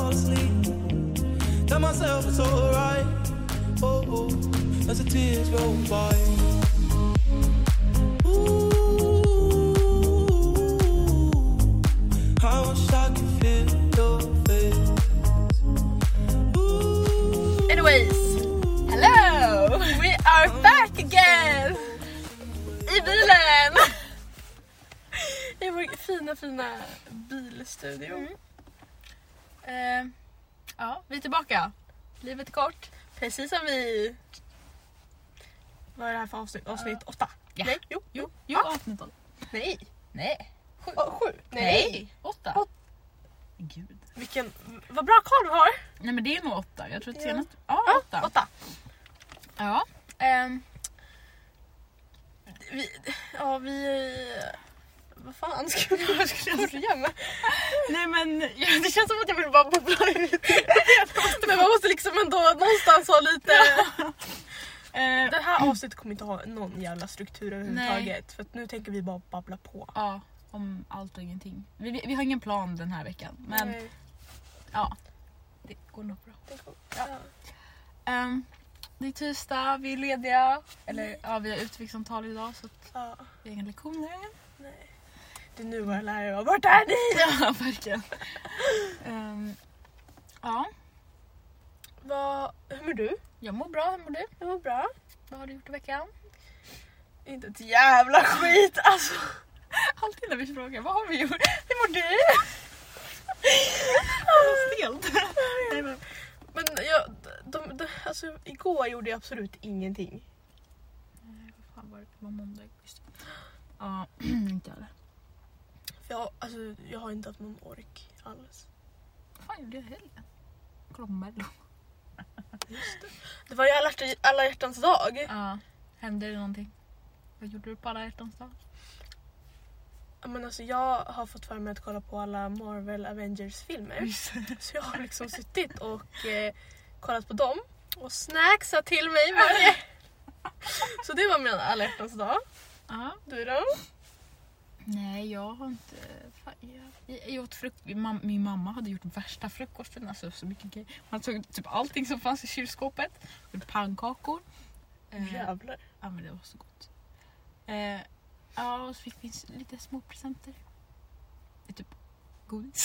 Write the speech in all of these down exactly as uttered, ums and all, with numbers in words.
fall asleep. Tell myself it's alright. Oh, oh, as the tears roll by. Ooh, I wish I could feel your face. Ooh. Anyways, hello! We are back again! I bilen! I vår fina, fina bilstudio. Mm. Uh, ja, vi är tillbaka. Livet är kort. Precis som vi... Vad är det här för avsnitt? Avsnitt åtta? Uh, ja. Nej, jo, jo. Jo, avsnitt åtta. Nej. Nej. Sju. Oh, sju. Nej. Nej. Åtta. Åt... Gud. Vilken... Vad bra koll du har. Nej, men det är nog åtta. Jag tror att ja. senast... Ja, ja, åtta. åtta. Ja. Um, vi... Ja, vi... Vad fan ska vi börja med? Nej, men ja, det känns som att jag vill bara bubbla ut. Men man måste liksom ändå någonstans ha lite... uh, det här avsnittet kommer inte ha någon jävla struktur överhuvudtaget. Nej. För att nu tänker vi bara babbla på. Ja, om allt och ingenting. Vi, vi, vi har ingen plan den här veckan. Men Nej. Ja, det går nog bra. Det, går, ja. Ja. Um, det är tisdag, vi är lediga. Eller ja, vi har utvecklingssamtal idag så att ja. vi har inga lektioner. Nej. Det är nu våra lärare var. Vart är ni? Ja, verkligen. um, ja. Vad, hur mår du? Jag mår bra, hur mår du? Jag mår bra. Vad har du gjort i veckan? Inte ett jävla skit, alltså. Alltid när vi frågar, vad har vi gjort? Hur mår du? Stelt. Nej, men men jag, de, de, alltså, igår gjorde jag absolut ingenting. Nej, vad fan var det? Det var måndag. Just. Ja, inte jag det. För jag, alltså, jag har inte haft någon ork alls. Vad fan gjorde jag i helgen? Kolla på Mello. Just det. Det var ju alla, alla hjärtans dag. Ja, hände det någonting? Vad gjorde du på alla hjärtans dag? Men alltså, jag har fått för mig att kolla på alla Marvel Avengers-filmer. Så jag har liksom suttit och eh, kollat på dem. Och snacksat till mig varje. Så det var min alla hjärtans dag. Ja. Du då? Nej, jag har inte... Fan, jag, jag åt frukt... Min, min mamma hade gjort värsta frukosten. Alltså så mycket grejer. Man tog typ allting som fanns i kylskåpet. Pannkakor. Eh, Jävlar. Ja, men det var så gott. Eh, ja, och så fick vi lite små presenter. Det är typ godis.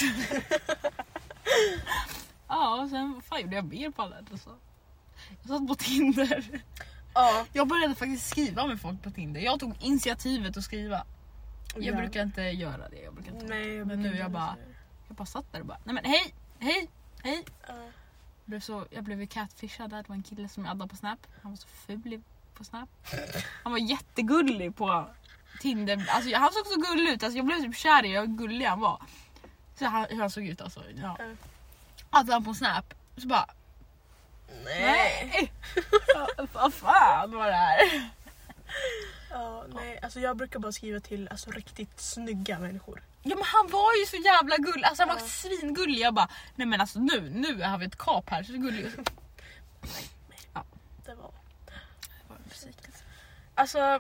Ja, och sen vad fan gjorde jag mer på alla det så. Jag satt på Tinder. Ja. Jag började faktiskt skriva med folk på Tinder. Jag tog initiativet att skriva. Jag ja. brukar inte göra det. Jag brukar inte. Nej, jag men nu jag bara, jag bara satt där och bara, nej men hej, hej, hej. Ja. Jag blev, så, jag blev catfishad där. Det var en kille som jag addade på Snap. Han var så ful på Snap. Han var jättegullig på Tinder. Alltså, han såg så gullig ut. Alltså, jag blev typ kär i hur gullig han var. Så han, hur han såg ut alltså. Ja. Mm. Addade han på Snap. Så bara, nej. nej. Vad fan var det här? Ja, nej. Alltså jag brukar bara skriva till alltså, riktigt snygga människor. Ja, men han var ju så jävla gullig. Alltså han var ja. svingullig. Jag bara, nej men alltså nu, nu har vi ett kap här. Så gullig. Nej, nej. Ja. Det var... Det var en besvikelse. Alltså...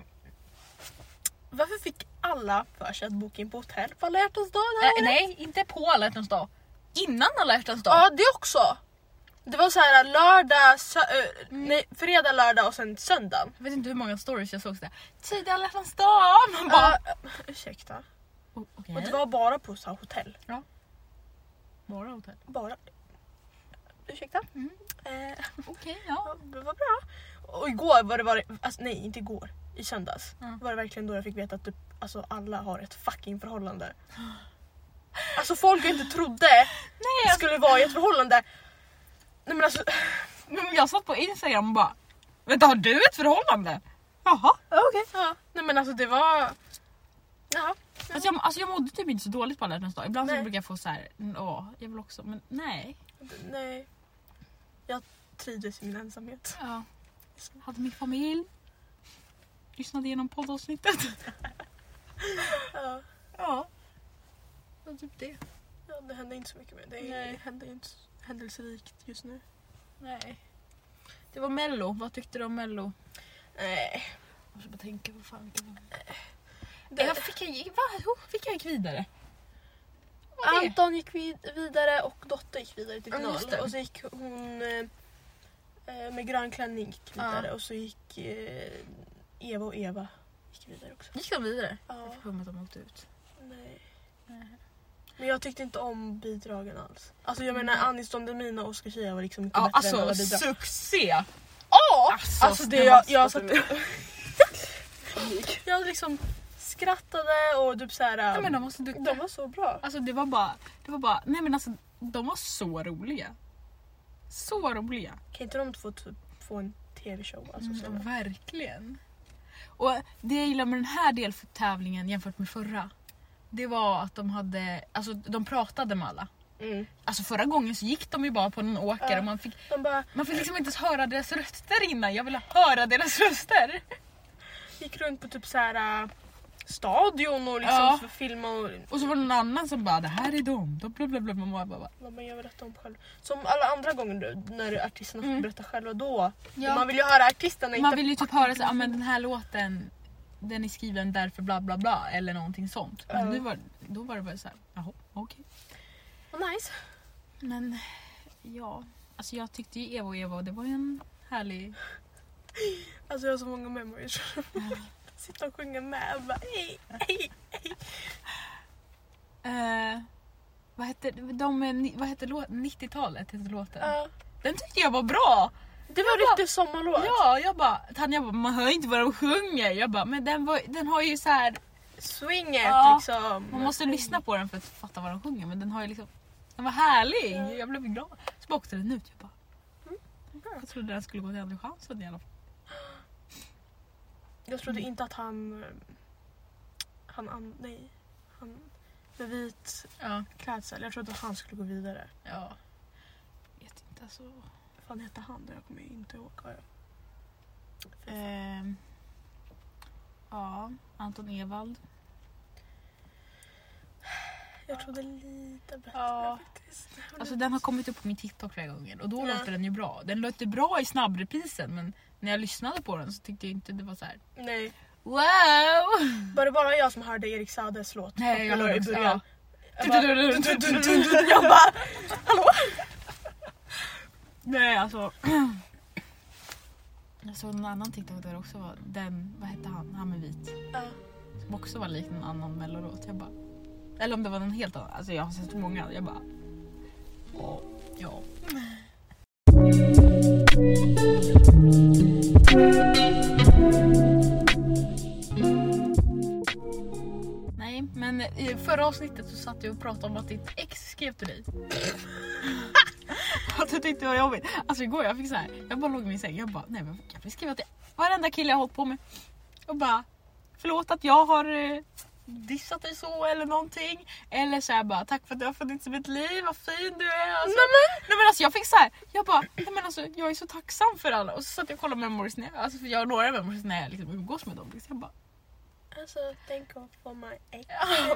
Varför fick alla för sig att boka in på hotell på alla hjärtans dag? Äh, nej, inte på alla hjärtans dag. Innan alla hjärtans dag. Ja, det också. Det var så här lördag, sö- mm. nej, fredag, lördag och sen söndag. Jag vet inte hur många stories jag såg så där. Tidig alla hjärtans dag. Man bara, uh, ursäkta. oh, okay. Och det var bara på så här hotell. Ja. Bara hotell. Bara. Ursäkta. Mm. Eh, Okej, okay, ja. Det var bra. Och igår var det var alltså, nej, inte igår. I söndags mm. var det verkligen då jag fick veta att typ, alltså, alla har ett fucking förhållande. Alltså folk inte trodde nej, jag skulle vara i ett förhållande. Nej men alltså men jag satt på Instagram och bara, vänta, har du ett förhållande? Jaha, okej. Okay. Ja, nej men alltså det var jaha. Alltså jag, alltså jag mådde typ inte så dåligt på alla hjärtans dag. Ibland så brukar jag få så här, åh, jag vill också, men nej. Nej. Jag trivdes i min ensamhet. Ja. Hade min familj. Lyssnade igenom poddavsnittet. Ja. Ja. Det var typ det. Ja, det hände inte så mycket mer. Det nej. Hände inte händelserikt just nu. Nej. Det var Mello. Vad tyckte du om Mello? Nej. Jag måste bara tänka, vad fan det var. Det... Jag fick jag, vad? Fick jag gick vidare? Ja, Anton gick vid- vidare och Dotter gick vidare till Ja, final. just det. Och så gick hon eh, med grön klänning gick vidare. Ja. Och så gick eh, Eva och Eva gick vidare också. Gick de vidare? Ja, Jag fick att de åkte ut. nej. Nej. Men jag tyckte inte om bidragen alls. Alltså jag menar Anis Don Demina och Oskar var liksom mycket Ja, bättre än alla alltså bidrag. succé! Ja! Alltså, Alltså det snälla, jag, jag stopp satt... jag liksom skrattade och typ såhär... Ja, men de var så duktiga. de var så bra. Alltså det var bara, det var bara, nej men alltså de var så roliga. Så roliga. Kan inte de två typ få en tv-show? Alltså, så Mm, verkligen. Och det jag gillar med den här deltävlingen jämfört med förra, det var att de hade, alltså de pratade med alla. mm. Alltså förra gången så gick de ju bara på någon åker Ja. och man fick, De bara man fick liksom inte ens höra deras röster innan. Jag ville höra deras röster. gick runt på typ så här äh, stadion och liksom Ja. för filma och... Och så var det någon annan som bara, det här är de. De bla bla bla. Man bara, Vad man gör berätta om själv. Som alla andra gånger du, när artisterna får Mm. berätta själva då. Ja. Man vill ju höra artisterna. man inte... vill ju typ höra så, ah, men den här låten, den är skriven därför bla bla bla eller någonting sånt. Men Ja. nu var, då var det bara så här, jaha, okej. Vad nice. Men ja, alltså jag tyckte ju Eva och Eva, det var ju en härlig... Alltså jag har så många memories. Sitta och sjunga med och bara hej, hej, hej. Eh, vad hette, de, vad hette låten? nittiotalet hette låten. Ja. Den tyckte jag var bra. Det var Jag bara- riktigt sommarlåt. Ja, jag bara, Tanja bara, man hör inte vad de sjunger. Jag bara, men den, var, den har ju så här, Swinget Ja. liksom. man måste lyssna på den för att fatta vad de sjunger. Men den har ju liksom, den var härlig. Jag blev glad. Så bara åkte den ut. Jag bara, Mm. jag trodde den skulle gå till Andra chansen i alla fall. Jag trodde Mm. inte att han... Han, an, nej. Han med vit Ja, klädsel. Jag trodde att han skulle gå vidare. ja. Vet inte alltså. Vad fan hette han? Jag kommer ju inte ihåg. Vad jag... Ehm, ja, Anton Ewald. Jag trodde lite bättre Ja. faktiskt. Alltså den har kommit upp på min TikTok flera gånger och då Ja. låter den ju bra. Den låter bra i snabbrepisen men när jag lyssnade på den så tyckte jag inte det var så här. Nej. Wow! Var det bara jag som hörde Erik Saades låt? Nej, jag Popular hörde i också, början. ja. Jag bara, Du, du, du, du, du, du, du. jag bara, hallå? Nej alltså. Jag såg en annan TikTok där också var den, vad hette han? Han med vit. Ja. Som också var lik en annan mellolåt. Jag bara, eller om det var en helt annan. Alltså jag har sett så många. Jag bara, ja, ja. Nej, men i förra avsnittet så satt jag och pratade om att ditt ex skrev till dig. Att du tyckte det var jobbigt. Alltså igår jag fick så här, jag bara låg i min säng. Jag bara, nej men jag vill skriva till varenda kille jag har hållit på med. Och bara, förlåt att jag har eh, dissat dig så eller någonting. Eller så här bara, tack för att du har funnits i mitt liv, vad fin du är. Alltså, nej, men, nej men alltså jag fick så här, jag bara, nej men alltså jag är så tacksam för alla. Och så satt jag och kollade memories när jag, alltså för jag har några memories när jag liksom umgås med dem. Så jag bara, Alltså, thank God for my ex.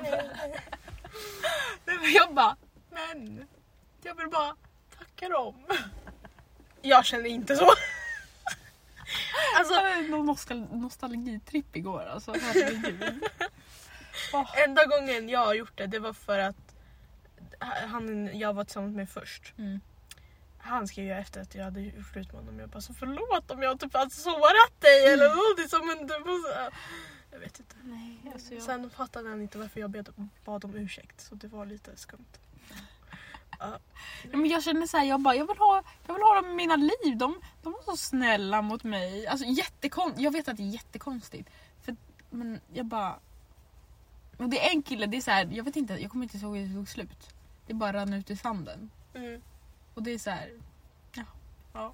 nej men jag bara, men jag vill bara tacka dem. Jag känner inte så. Alltså, jag hade någon nostal- nostalgitripp igår. Alltså, herregud. Oh. Enda gången jag har gjort det, det var för att han jag var tillsammans med först. Mm. Han skrev ju efter att jag hade gjort slut med honom. Jag bara, så förlåt om jag typ hade sårat dig eller någonting som en du måste... Jag vet inte. Nej, alltså jag... Sen fattade han inte varför jag bad, bad om ursäkt. Så det var lite skumt. Ja. Ja, men jag känner så här, jag bara, jag vill ha, jag vill ha dem i mina liv. De, de var så snälla mot mig. Alltså jättekon, jag vet att det är jättekonstigt. För, men jag bara... Och det är en kille, det är så här, jag vet inte, jag kommer inte ihåg hur det tog slut. Det bara rann ut i sanden. Mm. Och det är så här, ja. Ja.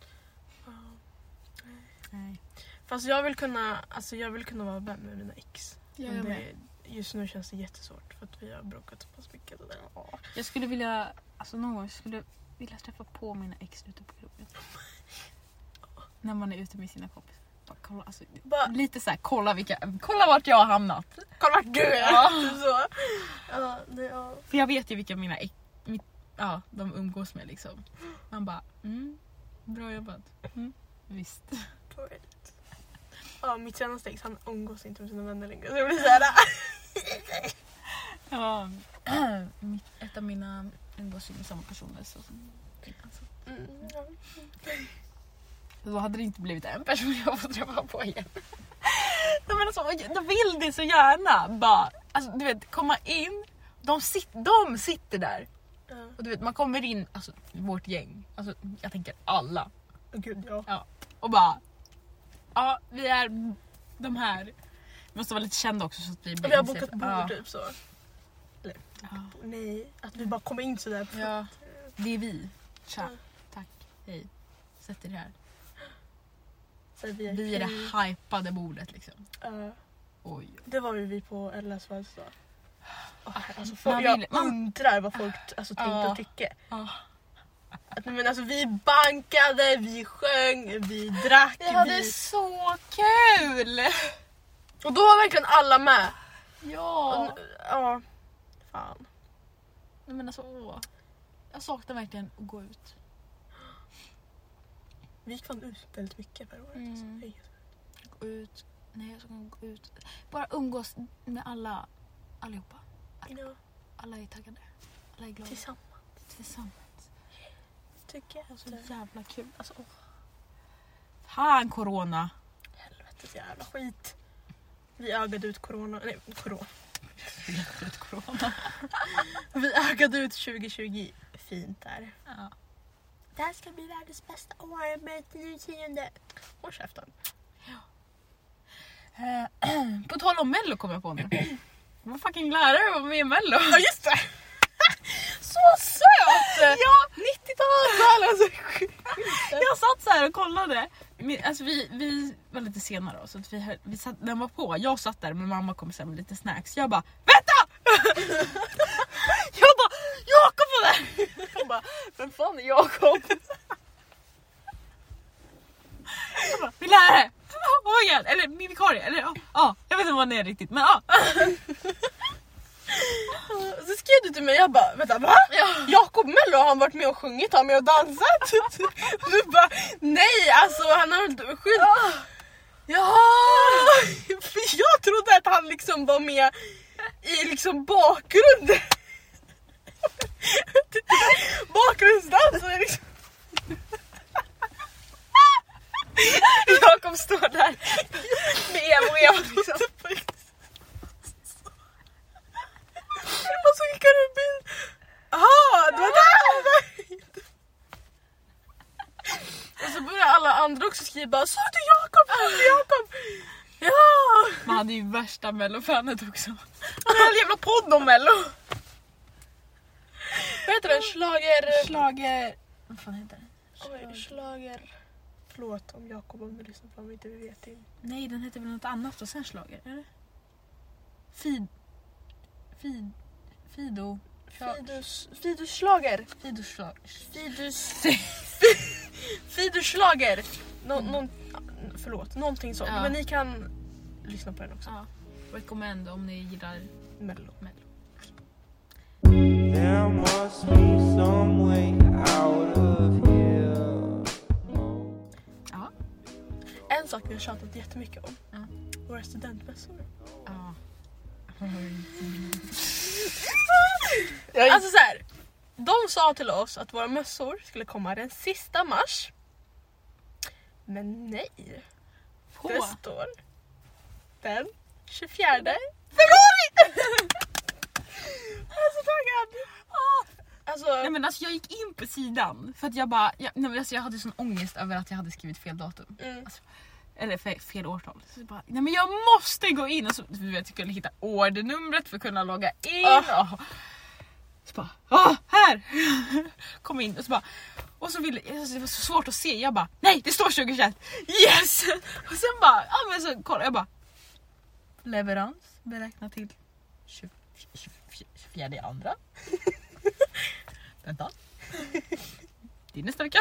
Nej. Fast jag vill kunna, alltså jag vill kunna vara vän med mina ex. Jag Men med. det, just nu känns det jättesvårt för att vi har bråkat så pass mycket. Och det, ja. Jag skulle vilja, alltså någon gång skulle jag vilja träffa på mina ex ute på krogen. När man är ute med sina kompisar. Bara kolla, alltså, Bara, lite så här, kolla vilka, kolla vart jag har hamnat. kolla vart du är! Ja. Så. Ja, det, ja. För jag vet ju vilka mina ex, mitt, ja, de umgås med liksom. Man bara, mm, bra jobbat. Mm, visst. Great. Ja, mitt senaste ex, han umgås inte med sina vänner längre. Så det blir såhär. Ja, mitt, ett ett av mina umgås med samma personer. Så, alltså. Mm, ja. Då hade det inte blivit en person jag får träffa på igen. Nej, men alltså, de vill det så gärna. Bara, alltså, du vet, komma in. De, sit, de sitter där. Ja. Och du vet, man kommer in, alltså vårt gäng. Alltså, jag tänker alla. Oh, gud, ja. Ja. Och bara, ja, vi är de här. Vi måste vara lite kända också så att vi blir Vi har insett. bokat bord Ja. typ så. Eller, Ja. nej, att vi bara kommer in sådär. Ja, det är vi. Tja, Ja. tack, hej. Sätt er här. Så vi är, Vi är det hypade bordet liksom. Uh, Oj. det var ju vi på Ellas födelsedag. Oh, alltså, Man folk, jag vill- man- undrar vad folk alltså, tänkte Ja. och tycker. Ja. Att, men, alltså, vi bankade, vi sjöng, vi drack. Vi hade vi... så kul! Och då var verkligen alla med. Ja. Och, ja, fan. Nej, men alltså, åh. Jag saknar verkligen att gå ut. Vi gick fan ut väldigt mycket förra året. Mm. Alltså. Gå ut. Nej, jag ska gå ut. Bara umgås med alla. Allihopa. Ja, Alla är taggade. Alla är glada. tillsammans Tillsammans. tycker jag. Så jävla kul. Alltså, åh, Fan corona. helvetes jävla skit. Vi ögade ut corona. Nej, corona. Ut corona. Vi ögade ut tjugo tjugo. Fint där. Ja. Det här ska bli världens bästa år med tio tionde. Håll käften. Eh, På tal om Mello kom jag på nu. Jag var fucking lärare var med i Mello. Ja, just det! Så söt! Ja, nittiotalet! Alltså, jag satt så här och kollade. Men, alltså, vi, vi var lite senare då, så att vi, höll- vi satt, den var på. Jag satt där men mamma kom sen med lite snacks. Jag bara, vänta! Jag bara, Jakob var där! jag bara, vem fan är Jakob? Jag bara, min lärare! Oh my God. Eller min vikarie, eller ja, ja, jag vet inte vad det är riktigt, men ja. Så skrev du till mig, jag bara, vänta, va? Ja. Jakob Mello har han varit med och sjungit, han med och dansat? Du bara, nej alltså han har inte skit. Ja, för jag trodde att han liksom var med i liksom bakgrunden. Bakgrundsdans är liksom. Jakob står där med Eva och Eva liksom. Och så gick han en bild. Jaha, det var där! Och så började alla andra också skriva, så du Jakob, så du Jakob. Ja! Man hade ju värsta Mello-fanet också. Han har en jävla podd om Mello. Vad heter den? Schlager... Schlager... Vad fan heter den? Oj, schlager... Förlåt om Jakob om du lyssnar på mig, inte vi vet inte. Nej, den heter väl något annat och sen Schlager, eller? Fid... Fid... Fido... Fidus... Fidus schlager. Fido Schlager. Fidus... Fidus schlager. Nå, någon, förlåt, någonting sånt. Ja. Men ni kan lyssna på den också. Ja, recommend om ni gillar Mello. Mello. There must be some way out of here. Ja. En sak vi har tjatat jättemycket om. Ja. Våra studentmässor. Ja. Alltså så här, de sa till oss att våra mössor skulle komma den sista mars. Men nej. På. Det står den tjugofjärde februari! Jag är så taggad! Alltså, Nej, men alltså, jag gick in på sidan för att jag bara, jag, nej, men alltså, jag hade sån ångest över att jag hade skrivit fel datum. mm. Alltså, eller fel, fel årtal. Så jag bara, nej men jag måste gå in och så du vet, jag skulle hitta ordernumret för att kunna logga in. Ah. Och, så bara, ah, här! Kom in och så bara, och så ville, alltså, det var så svårt att se. Jag bara, nej det står tjugohundratjugoett. Yes! Och sen bara, ja men så kolla jag bara, leverans beräknat till tjugofjärde andra. Vänta. Det är nästa vecka.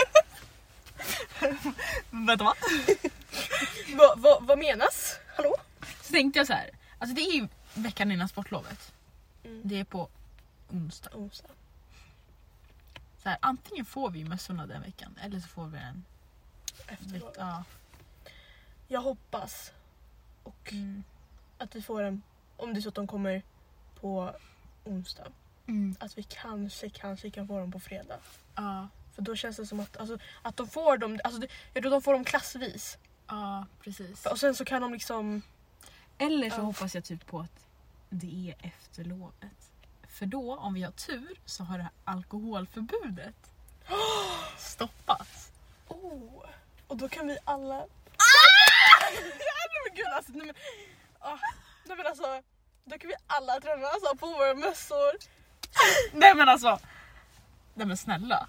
Vänta va? vad, vad, vad menas? Hallå? Så tänkte jag så här. Alltså det är ju veckan innan sportlovet. Mm. Det är på onsdag. Onsdag. Så här, antingen får vi mössorna den veckan eller så får vi den. Efteråt. Ja. Jag hoppas och Mm. att vi får den, om det är så att de kommer på onsdag. Mm. att vi kanske, kanske kan få dem på fredag. Ja. För då känns det som att, alltså, att de får dem, alltså, jag tror de får dem klassvis. Ja, precis. Och sen så kan de liksom... Eller så Ja. hoppas jag typ på att det är efter lovet. För då, om vi har tur, så har det här alkoholförbudet stoppats. Oh. Och då kan vi alla... Ah! Nej men gud alltså, nej men... Ah, nej men alltså... Då kan vi alla träffas alltså, på våra mössor. Nej men alltså. Nej men snälla.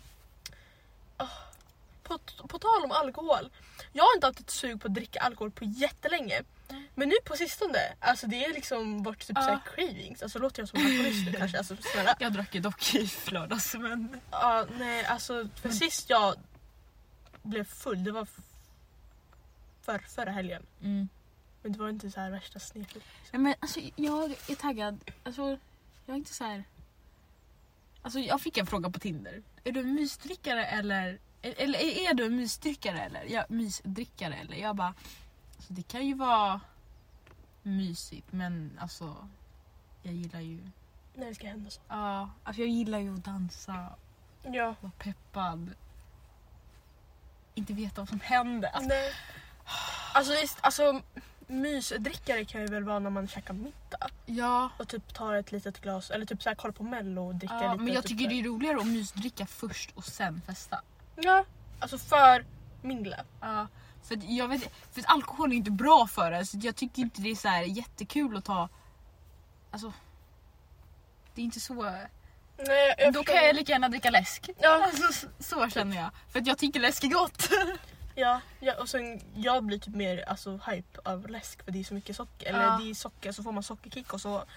På, på tal om alkohol. Jag har inte haft ett sug på att dricka alkohol på jättelänge. Mm. Men nu på sistone, alltså det är liksom vart typ Ja. såhär cravings. Alltså låter jag som en alkoholist nu kanske, alltså snälla. Jag drack ju dock i lördags men... Ja, nej alltså för Men- sist jag blev full, det var f- för, förra helgen. Mm. Men det var inte så här värsta snedfyllt. Nej, men alltså jag är taggad. Alltså jag är inte så här. Alltså jag fick en fråga på Tinder. Är du en mysdrickare eller eller är du en mysdrickare eller? Ja, mysdrickare eller. Jag bara alltså det kan ju vara mysigt men alltså jag gillar ju När det ska hända så. ja, alltså jag gillar ju att dansa, Ja. vara peppad. Inte veta vad som händer. Alltså, Nej. Alltså visst, alltså mysdrickare kan ju väl vara när man käkar middag. ja, Och typ tar ett litet glas, eller typ så här kollar på Mello och dricker ja lite. men jag typ tycker så det här. är roligare att mysdricka först och sen festa. Ja, alltså för mingla. Ja, för att jag vet för att alkohol är inte bra för det så jag tycker inte det är så här jättekul att ta alltså det är inte så Nej, jag då förstår. kan jag lika gärna dricka läsk. Ja. Alltså, så, så känner jag för att jag tycker läsk är gott. Ja, ja, och sen jag blir typ mer alltså, hype av läsk för det är så mycket socker. Eller Ja. det är socker så får man sockerkick och så.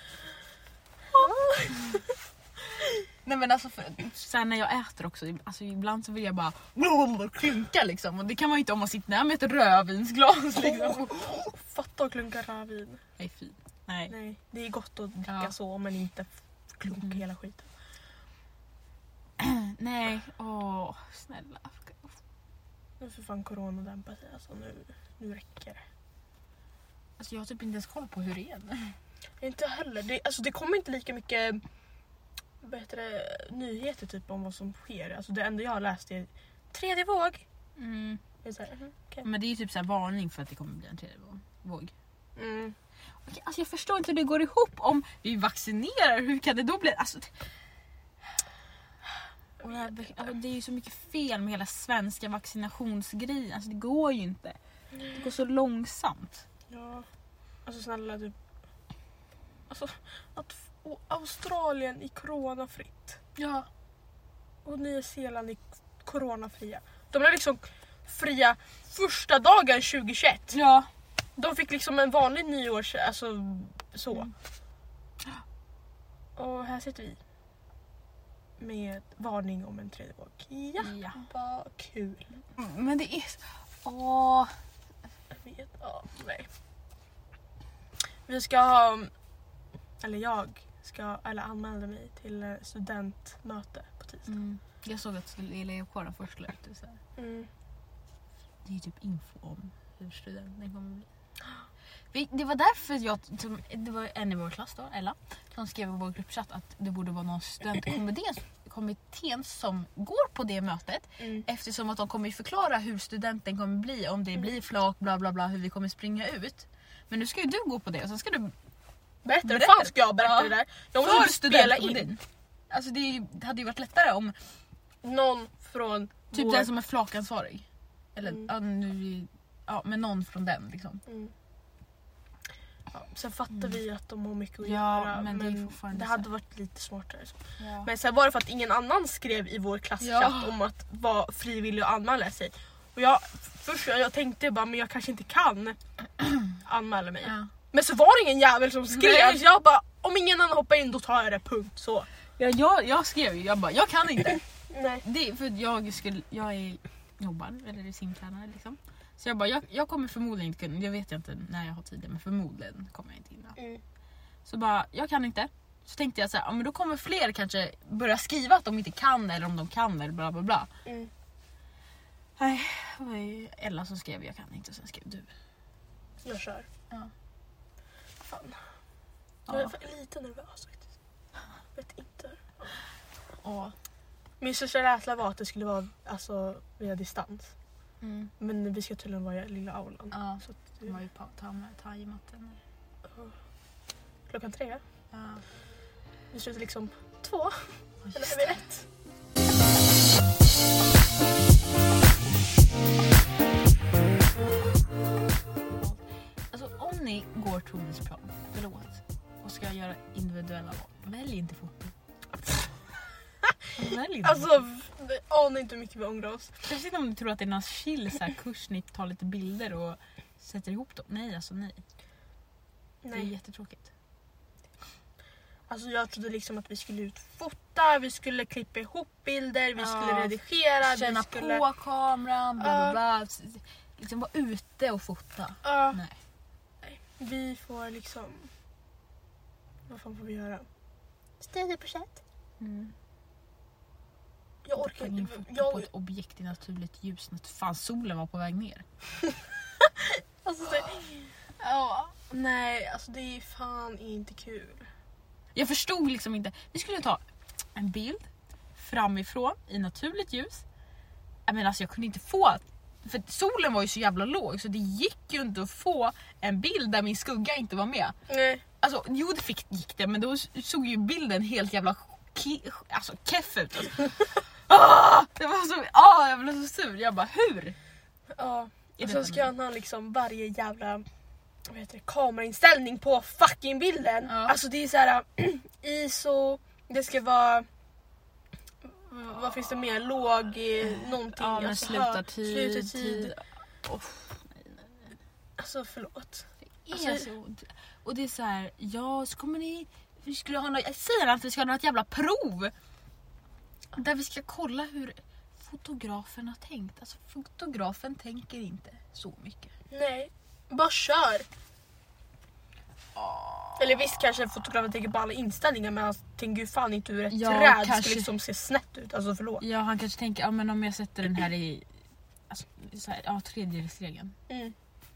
Nej men alltså för, så här, när jag äter också alltså ibland så vill jag bara klunka liksom och det kan man ju inte om man sitter där med ett rödvinsglas liksom. Fatta att klunka rödvin. Nej fy. Nej. Nej, det är gott att dricka Ja. så men inte f- klunka Mhm. hela skiten. Nej. Åh, snälla. Nu får fan corona dämpa sig alltså, nu, nu räcker det. Alltså jag har typ inte ens koll på hur det är. Inte heller, det, alltså det kommer inte lika mycket vad heter det, nyheter typ om vad som sker. Alltså det enda jag har läst är tredje våg. Mm. Det är så här, mhm, okej. Men det är ju typ så här varning för att det kommer bli en tredje våg. Mm. Okej, alltså jag förstår inte hur det går ihop om vi vaccinerar. Hur kan det då bli? Alltså, och det, här, alltså, det är ju så mycket fel med hela svenska vaccinationsgrejen. Alltså det går ju inte. Det går så långsamt. Ja, alltså snälla typ. Alltså att f- och Australien i coronafritt Ja. och Nya Zeeland i coronafria. De blev liksom fria första dagen tjugohundratjugoett. Ja. De fick liksom en vanlig nyårs, alltså så. Mm. Och här sitter vi. Med varning om en tredje våg. Ja, Ja. vad kul. Men det är... Åh. Jag vet, ja, nej. Vi ska ha, eller jag ska, eller anmälde mig till eh, studentmöte på tisdag. Mm. Jag såg att elevkåren först la ut det så här. Mm. Det är ju typ info om hur studenten kommer bli. Vi- Det var därför jag, som- det var en i vår klass då, Ella, som skrev i vår gruppchatt att det borde vara någon studentkommittén kommittén som går på det mötet. Mm. Eftersom att de kommer ju förklara hur studenten kommer bli, om det blir flak, bla bla bla, hur vi kommer springa ut. Men nu ska ju du gå på det och sen ska du Berätta, hur Berätta. fan ska jag berätta Ja. det där? Jag för måste spela in studentkommittén. Alltså det, är ju, det hade ju varit lättare om någon från typ vår... den som är flakansvarig. Eller Mm. ja, nu, ja, men någon från den liksom. Mm. Ja, sen fattar Mm. vi att de har mycket att Ja, göra, men men, det är fortfarande det så hade här. varit lite smartare. Så. Ja. Men sen var det för att ingen annan skrev i vår klasschatt Ja. om att vara frivillig och anmäla sig. Och jag, först jag tänkte bara, men jag kanske inte kan anmäla mig. Ja. Men så var det ingen jävel som skrev. Nej. Så jag bara, om ingen annan hoppar in då tar jag det, punkt. Så. Ja, jag, jag skrev ju, jag bara, jag kan inte. Nej. Det är för att jag skulle, jag är jobbar eller är simtränare liksom. Så jag bara, jag, jag kommer förmodligen inte kunna, jag vet inte när jag har tid, men förmodligen kommer jag inte hinna. Mm. Så bara, jag kan inte. Så tänkte jag så här, ja, men då kommer fler kanske börja skriva att de inte kan eller om de kan eller bla bla bla. Mm. Nej, det var ju Ella som skrev jag kan inte och sen skrev du. Jag kör. Ja. Fan. Jag är Ja. för- lite nervös faktiskt. Vet inte. Ja. Ja. Min största rädsla var att det skulle vara alltså, via distans. Mm. Men vi ska tydligen vara i lilla aulan. Ja. Så att, Det var ju på ta med thaimatten. klockan tre. Ja. Vi slutar liksom två. Oh, Eller är vi ett? Alltså om ni går Tornesplan, förlåt, och ska göra individuella val, välj inte foto. Välj inte. Alltså, ana inte hur mycket vi ångrar oss. Jag vet inte om ni tror att det är någon chill så här, kurs, ni tar lite bilder och sätter ihop dem. Nej, alltså nej. Det är Nej. jättetråkigt. Alltså jag trodde liksom att vi skulle ut fota, vi skulle klippa ihop bilder, vi Ja. skulle redigera, Känna vi skulle... på kameran, bla bla Ja. bla. Liksom vara ute och fota. Ja, Nej. vi får liksom... Vad fan får vi göra? Studieprojekt. Mm. Jag orkar in inte. foto på Jag, ett objekt i naturligt ljus. När fan solen var på väg ner. alltså det, ja, nej, alltså det är fan inte kul. Jag förstod liksom inte. Vi skulle ta en bild framifrån i naturligt ljus. Jag menar alltså jag kunde inte få, för solen var ju så jävla låg så det gick ju inte att få en bild där min skugga inte var med. Nej. Alltså jo det fick, gick det, men då såg ju bilden helt jävla ki, alltså keff ut. Alltså. Ah, det var så, ah, jag blev så sur. Jag bara hur? Ja, Är och det sen ska den? han ha liksom varje jävla vad heter det, kamerainställning på fucking bilden. Ja. Alltså det är så här I S O, det ska vara vad finns det mer? Låg eh, någonting. Ja men alltså, slutartid. slutartid. Tid. Oh, Alltså förlåt. det är Alltså- så, och det är så här, ja så kommer ni, vi skulle ha något, jag säger att vi ska ha något jävla prov. Där vi ska kolla hur fotografen har tänkt. Alltså fotografen tänker inte så mycket. Nej, bara kör. Eller visst kanske fotografen tänker på alla inställningar, men han tänker ju fan inte hur ett Ja, träd kanske. ska liksom se snett ut. Alltså förlåt. Ja han kanske tänker, ja men om jag sätter den här i alltså, så här, ja tredjedelsregeln. Mm.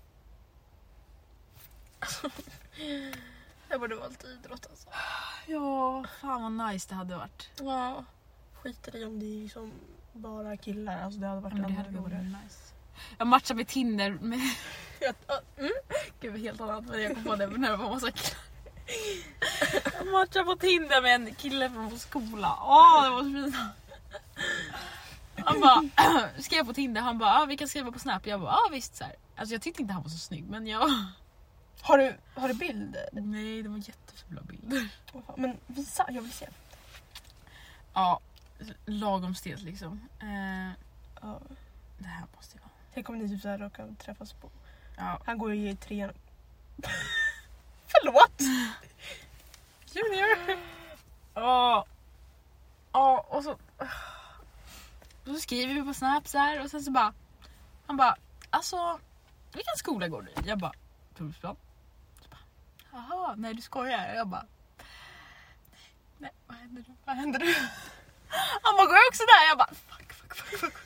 Jag borde valt idrott alltså. Ja, fan vad nice det hade varit. Ja, skiter i om det är liksom bara killar. Alltså det hade varit Ja, men det ännu hade varit roligare. nice. Jag matchar med Tinder med... Ja, ja, mm. Gud vad helt annat, men jag kom på det när det var massa killar. Jag matchar på Tinder med en kille från vår skola. Åh, det var så fint. Han bara, skrev på Tinder, han bara, ah, vi kan skriva på Snap. Jag bara, ah, visst så här. Alltså jag tyckte inte han var så snygg, men jag... Har du, har du bilder? Nej, det var jättefula bilder. Men visa, jag vill se. Ja, lagom stelt liksom. Eh, Ja. det här måste ju vara... Tänk om ni typ så här råkar träffas på. Ja. Han går ju i trean. Förlåt! Junior! Ja. Ja, och så... Och så skriver vi på Snap så här, och sen så bara... Han bara, alltså... Vilken skola går du i? Jag bara, Tornesplan. Så bara, jaha, nej du skojar. Jag bara, nej, nej, vad händer nu? Vad händer nu? Han bara, går jag också där? Jag bara, fuck, fuck, fuck, fuck.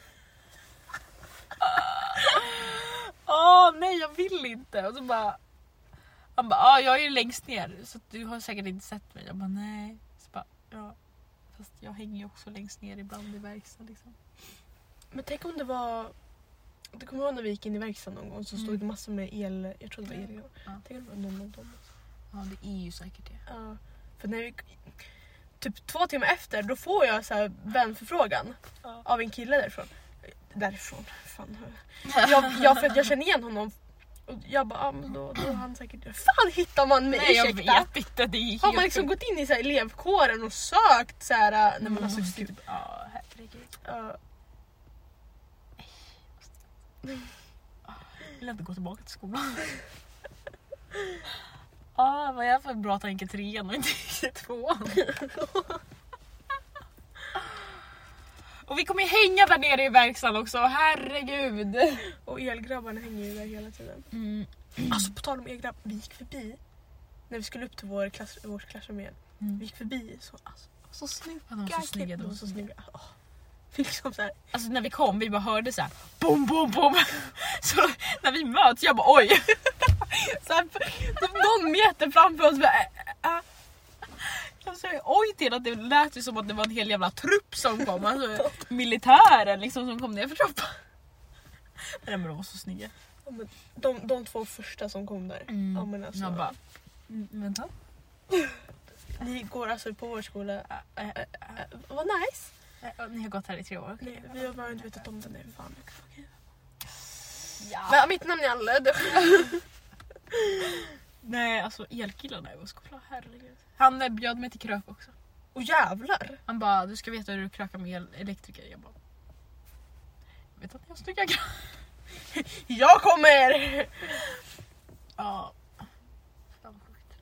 Åh, oh, nej jag vill inte. Och så bara... Han bara, ja ah, jag är ju längst ner så du har säkert inte sett mig. Jag bara, nej. Så bara, ja. Fast jag hänger ju också längst ner ibland i verkstaden liksom. Men tänk om det var... Du kommer ihåg när vi gick in i verkstaden någon gång så stod Mm. det massor med el... Jag tror det var el. Ja. Tänk om det var någon av dem. Ja, det är ju säkert det. Ja, för när vi... Typ två timmar efter, då får jag så här vänförfrågan Ja. av en kille därifrån. Därifrån? Fan. Jag, jag, för att jag känner igen honom. Och jag bara, ah, men då, då har han säkert... Fan hittar man mig, Nej jag ursäkta? vet inte, det är helt... Har man liksom gått in i så här elevkåren och sökt så här... När Mm, man har alltså, suttit... typ, ja, herregud. Ja. Jag vill inte gå tillbaka till skolan. Ja, ah, vad är jag för bra tanke trean och inte tvåan. Och vi kommer ju hänga där nere i verkstaden också, herregud. Och elgrabbarna hänger ju där hela tiden. Mm. Alltså på tal om elgrabb, vi gick förbi när vi skulle upp till vår klass, vårt klassrum igen. Mm. Vi gick förbi så alltså, Så snygga. De var så snygga. De var så snygga. Åh. Vi liksom så här, Alltså när vi kom, vi bara hörde så här bom, bom, bom. Så när vi möts, jag bara oj. Så här, någon meter framför oss bara, äh, äh. Alltså, oj till att det lät ju som att det var en hel jävla trupp som kom. Alltså, militären liksom som kom ner för trappan. Nej men de var så snygga. Ja, men de, de två första som kom där. Mm. Ja, men alltså, Jag bara, mm, vänta. Ni går alltså på vår skola. Äh, äh, äh, äh, vad nice. Äh, ni har gått här i tre år. Nej, vi har bara inte vetat om den. Är fan. Okay. Ja. Men mitt namn är Alle. Nej, alltså elkillarna i vår skola, herregud. Han eh, bjöd mig till krök också. Och jävlar. Han bara, du ska veta hur du krökar med el- elektriker. Jag bara, jag vet att jag har snygga krök. Jag kommer! Ja. Fan vad sjukt.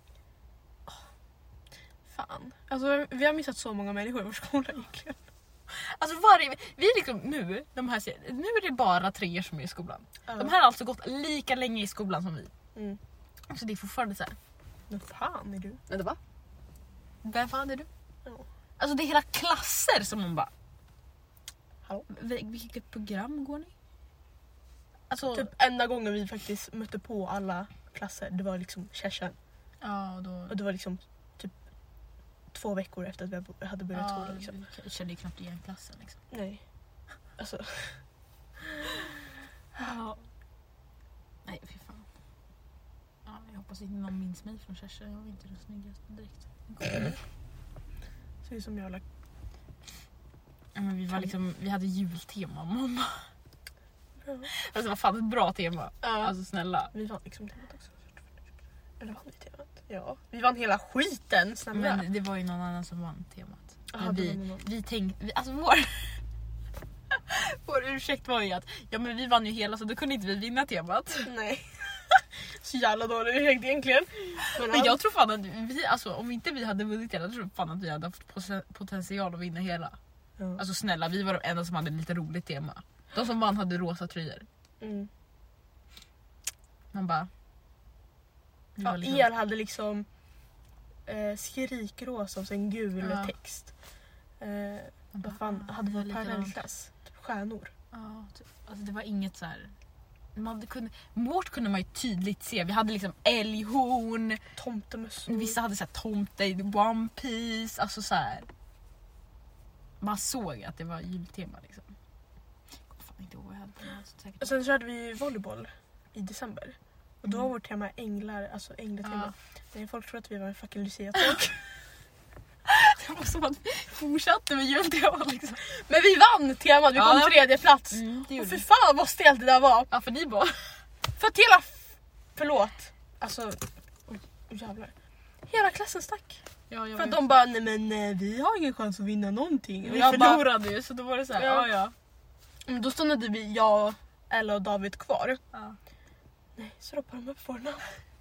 Fan. Alltså vi har missat så många människor i vår skola egentligen. Alltså varje, vi är liksom nu, de här, nu är det bara tre som är i skolan. Ja. De här har alltså gått lika länge i skolan som vi. Mm. Så det är fortfarande så här. Men fan är du? Vänta va? Vem fan är du? Ja. Alltså det är hela klasser som man bara... Hallå? Vil- Vilket program går ni? Alltså... Typ enda gången vi faktiskt mötte på alla klasser, det var liksom session. Ja, då... Och det var liksom typ två veckor efter att vi hade börjat Ja, skolan. Liksom. jag kände ju knappt igen klassen liksom. Nej. Alltså, Ja. Nej, fy fan. Ja, jag hoppas inte någon minns mig från Kerstin. Jag var inte den snyggaste direkt. så är som jag lagt. Ja, men vi var liksom, vi hade jultema, mamma. Ja. Alltså vad fan ett bra tema. Ja. Alltså snälla. Vi vann liksom temat också. Eller vann vi temat? Ja. Vi vann hela skiten, snälla. Men det var ju någon annan som vann temat. Aha, Men det vi, var någon. vi tänkte, vi, alltså vår vår ursäkt var ju att ja men vi vann ju hela så då kunde inte vi vinna temat. Nej. Så jävla dålig ursäkt egentligen. Men, Men ja. jag tror fan att vi, alltså om inte vi hade vunnit hela, jag tror fan att vi hade haft poten- potential att vinna hela. Ja. Alltså snälla, vi var de enda som hade lite roligt tema. De som vann hade rosa tröjor. Mm. Man bara... vi var Ja, liksom- er hade liksom eh, skrikrosa och sen gul Ja. text. Eh, man vad bara, fan ah, hade det var vi likadant. parallellklass? Typ stjärnor. Ja, typ. Alltså det var inget så här. Man hade kunde, vårt kunde man ju tydligt se. Vi hade liksom älghorn. Tomtemössor. Vissa hade så här tomte, One Piece. Alltså så här. Man såg att det var jultema liksom. Jag kommer fan inte ihåg vad jag hade på mig, så säkert. Och sen körde vi volleyboll i december. Och då Mm. var vårt tema änglar, alltså änglatema. Ja. Men folk tror att vi var en fucking Lucia-tåg. Det var som att vi fortsatte med jultema liksom. Men vi vann temat, vi Ja, kom det- tredje plats. Mm, det Och gjorde för vi. fan vad stelt det där var. Ja, för ni bara... För att hela... f- Förlåt. Alltså... Oj, jävlar. Hela klassen stack. Ja, jag För att vet. de bara, nej men eh, vi har ingen chans att vinna någonting. Vi jag bara, förlorade ju så då var det så här, Ja. ja ja. mm, då stannade vi, jag, Ella och David kvar. ja. Nej, så ropade de upp våra namn.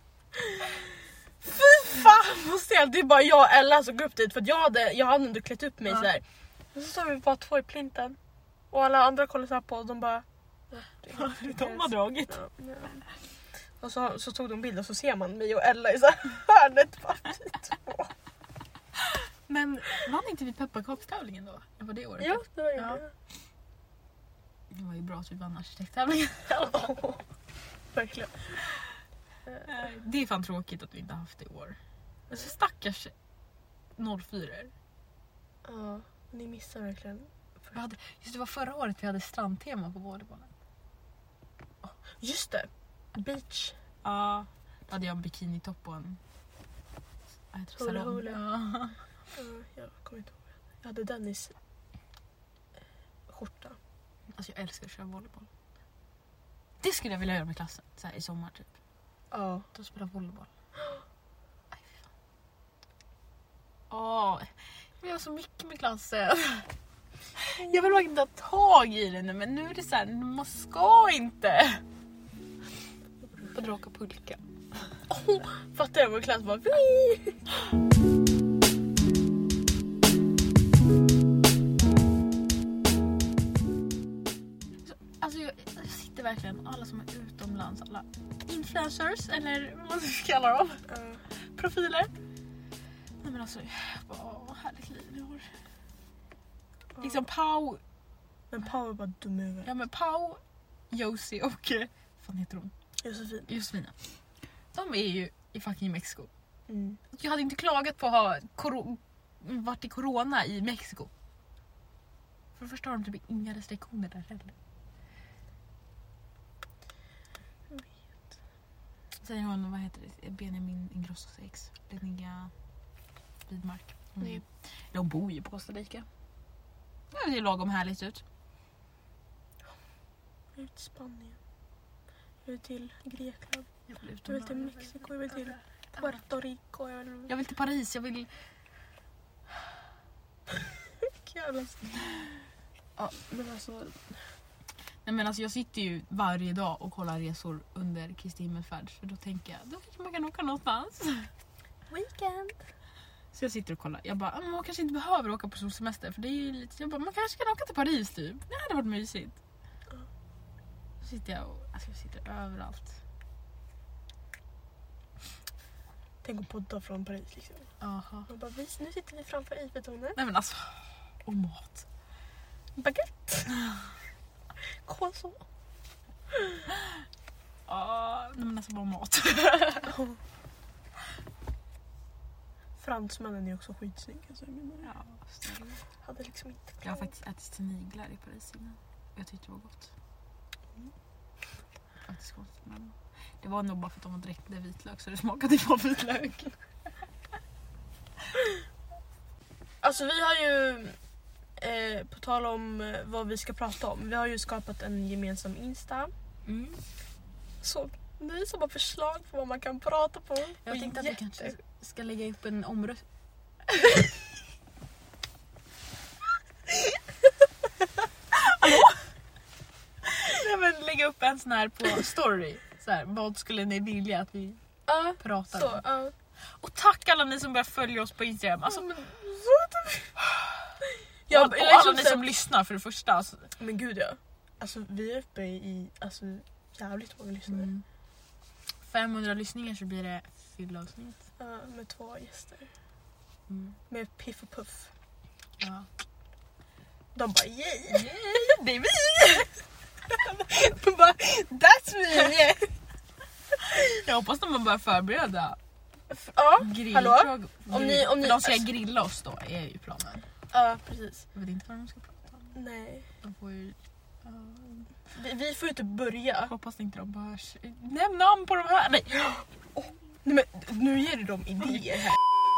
Fy fan vad stelt. Det är bara jag och Ella som går upp dit. För att jag hade, jag hade ändå klätt upp mig Ja. sådär. Och så står vi bara två i plinten. Och alla andra kollar så här på och de bara... De har dragit. Ja, ja. Och så, så tog de bild och så ser man mig och Ella i så här hörnet. Bara, vi två. Men vann inte vi pepparkakstävlingen då? Det var det året. Ja, det var ju Ja. det. Det var ju bra att vi vann arkitekttävlingen. Ja, verkligen. Det är fan tråkigt att vi inte haft det i år. Alltså stackars noll fyra. Ja, ni missar verkligen. Vi hade, just det var förra året vi hade strandtema på volleybollen. Just det. Beach. Ja. Då hade jag en bikinitopp och en... vad heter det, Hula salong. hula. Ja. Ja, jag kommer inte ihåg. Jag hade Dennis skjorta. Alltså jag älskar att köra volleyboll. Det skulle jag vilja göra med klassen. Så här i sommar typ. Ja. Då spela volleyboll. Aj, fy fan. Åh, vi har så mycket med klassen. Jag vill verkligen ta tag i det nu, men nu är det så här, man ska inte. På Draka pulka. Oh, fattar jag vår klass bara... Wii! Alltså jag, jag sitter verkligen, alla som är utomlands, alla influencers, eller vad man ska kalla dem, Ja. profiler. Nej men alltså, jag bara, åh, vad härligt liv ni har. Liksom Pau, Men Pau är bara dum i huvudet. ja men Pau, Josie och, eh, vad fan heter hon? Josefin. Josefina. De är ju i fucking Mexiko. Mm. Jag hade inte klagat på att ha kor- varit i corona i Mexiko. För det första har de typ inga restriktioner där heller. Jag vet. Sen har hon, vad heter det? Benjamin Ingrossos ex. Linnea Widmark. Hon, är, Mm. eller hon bor ju på Costa Rica. Det ser lagom härligt ut. Jag vill till Spanien. Jag vill till Grekland. Jag vill, Jag vill till Mexiko. Jag vill till Puerto Rico. Jag vill... jag vill till Paris. Jag vill... Jävlar. Ja, men alltså... Nej, men alltså jag sitter ju varje dag och kollar resor under Kristi himmelfärd. För då tänker jag, då kanske man kan åka någonstans. Weekend. Så jag sitter och kollar. Jag bara, man kanske inte behöver åka på solsemester. För det är ju lite, jag bara, man kanske kan åka till Paris typ. Det hade varit mysigt. Så sitter jag och, alltså jag sitter överallt. Tänk att podda från Paris liksom. Aha. Och bara, vis, nu sitter vi framför Eiffeltornet. Nej men alltså, och mat. Baguette. Croissant. Ah, nej men alltså bara mat. Fransmännen är också skitsnygga. Alltså, jag menar, Ja, snälla. hade liksom inte Jag har faktiskt ätit sniglar i Paris innan. Jag tyckte det var gott. Mm. Faktiskt gott. Men det var nog bara för att de var dräckade vitlök så det smakade på vitlök. Alltså vi har ju, eh, på tal om eh, vad vi ska prata om, vi har ju skapat en gemensam Insta. Mm. Så ni som har förslag på vad man kan prata på. Jag tänkte att vi kanske ska lägga upp en omröstning. Hallå? Nej, men lägga upp en sån här på story. Så här, vad skulle ni vilja att vi Ja, pratar så. om? Ja. Och tack alla ni som börjar följa oss på Instagram. Alltså, Men, ja, ja, och eller alla liksom ni så- som lyssnar för det första. Alltså. men gud ja. Alltså vi är uppe i alltså, jävligt många lyssnare. Mm. femhundra lyssningar så blir det fyllavsnitt. Ja, med två gäster. Mm. Med Piff och Puff. Ja. De bara yay! Det är vi! De bara that's me! Jag hoppas att man börjar förbereda Ja, grill. hallå? Om Om ni- om ni- de ska grilla oss då är ju planen. ja precis. Jag vet inte vad de ska prata om. Nej. De får ju... Uh, Vi, vi får ju typ börja. hoppas inte de bara... Nämn namn på de här! Nej! Nej, men nu ger du dem idéer här.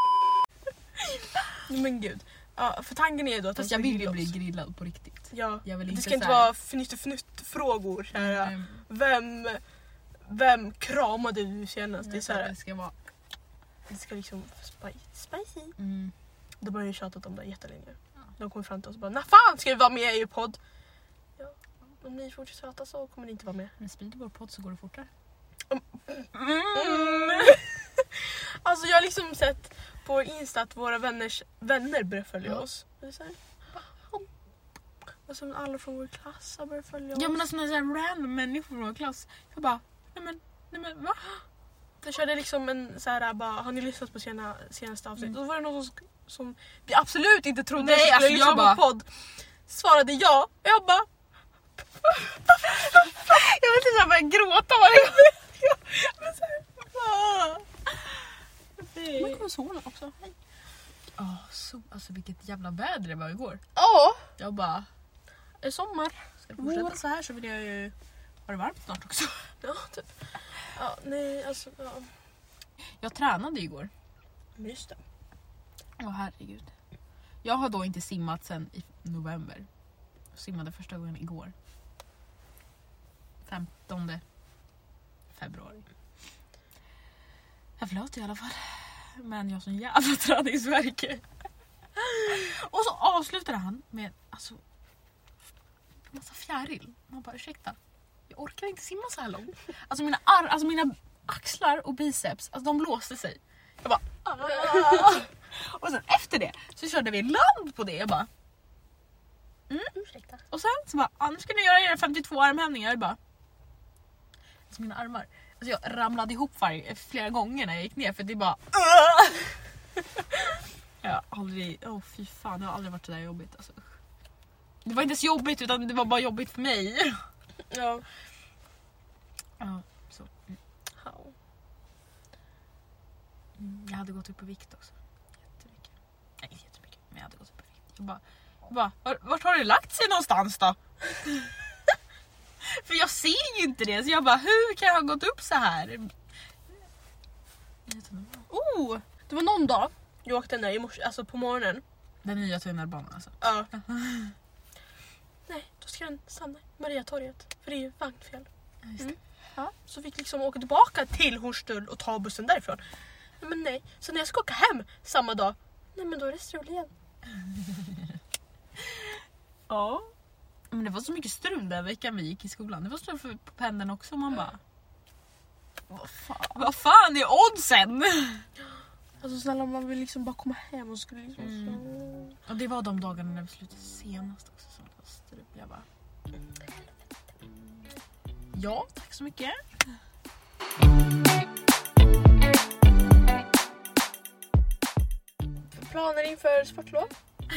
Nej, men gud. Ja, för tanken är då att Fast de jag ska vill ju grilla bli oss. grillad på riktigt. Ja, Jag vill det inte ska inte så här- vara fnitt-fnitt-frågor. Så här, Mm. Vem, vem kramade du senast? Det, är så här, Det ska vara... det ska liksom spicy. spicy. Mm. De har ju tjatat om det jättelänge. Ja. De kommer fram till oss och bara, när fan ska vi vara med i er podd? Ja, om ni fortsätter tjata så kommer ni inte vara med. Men sprider vår podd så går det fortare. Mm. Alltså jag har liksom sett på vår Insta att våra vänners vänner börjar följa Ja. oss. Det är så här, och som alla från vår klass har börjat följa oss. Ja men alltså när så här random människor från vår klass. Jag bara, nej men, nej men va? Jag körde liksom en så här, bara, har ni lyssnat på sena, senaste avsnitt? Mm. Och då var det någon som, som vi absolut inte trodde Nej, skulle alltså, lyssna jag på bara- podd. Svarade ja. Jag bara, Jag vet inte, jag börjar gråta varje gång. nu kommer solen också. Ja, så, alltså vilket jävla väder det var igår. Ja, Jag bara, det är sommar. ska jag fortsätta så här så vill jag ju ha det varmt snart också. Ja, typ. Ja, nej, alltså, ja. Jag tränade igår. Men just det. Åh herregud. Jag har då inte simmat sen i november. Jag simmade första gången igår. femtonde februari. Jag förlåt i alla fall. Men jag har sån jävla träningsvärk. Och så avslutade han med alltså en massa fjäril. Man bara ursäkta. Jag orkar inte simma så här långt. Alltså mina, ar- alltså mina axlar och biceps, alltså de blåste sig. Jag bara "Ah." Och sen efter det så körde vi land på det. Jag bara Ursäkta. och sen så bara, ah, nu ska ni göra era femtiotvå armhävningar. Jag bara, alltså mina armar, alltså jag ramlade ihop varje, flera gånger när jag gick ner för det bara jag har aldrig, åh oh, fy fan, det har aldrig varit så där jobbigt alltså. Det var inte så jobbigt utan det var bara jobbigt för mig. Ja. Ja, så. Ja. Mm, jag hade gått upp i vikt också. Jättemycket. Nej, inte jättemycket. Men jag hade gått upp i vikt. Jag bara, jag bara vart, vart har det lagt sig någonstans då? För jag ser ju inte det. Så jag bara, hur kan jag ha gått upp så här? Oh, det var någon dag jag åkte ner i morse, alltså på morgonen. Den nya tunnelbanan alltså. Ja. Nej, då ska den stanna i Mariatorget. För det är ju vagnfel. Ja, just det. Mm. Ja, så fick liksom åka tillbaka till Hornstull och ta bussen därifrån. Nej, men nej, så när jag ska åka hem samma dag, nej men då är det strul igen. Ja. Men det var så mycket strul den veckan vi gick i skolan. Det var strul för på pendeln också. Man bara, vad fan, vad fan är oddsen? Alltså snälla, man vill liksom bara komma hem och skulle liksom Mm. så... Och det var de dagarna när vi slutade senast också som det var strul. Jag bara, ja, tack så mycket. Planer inför sportlov?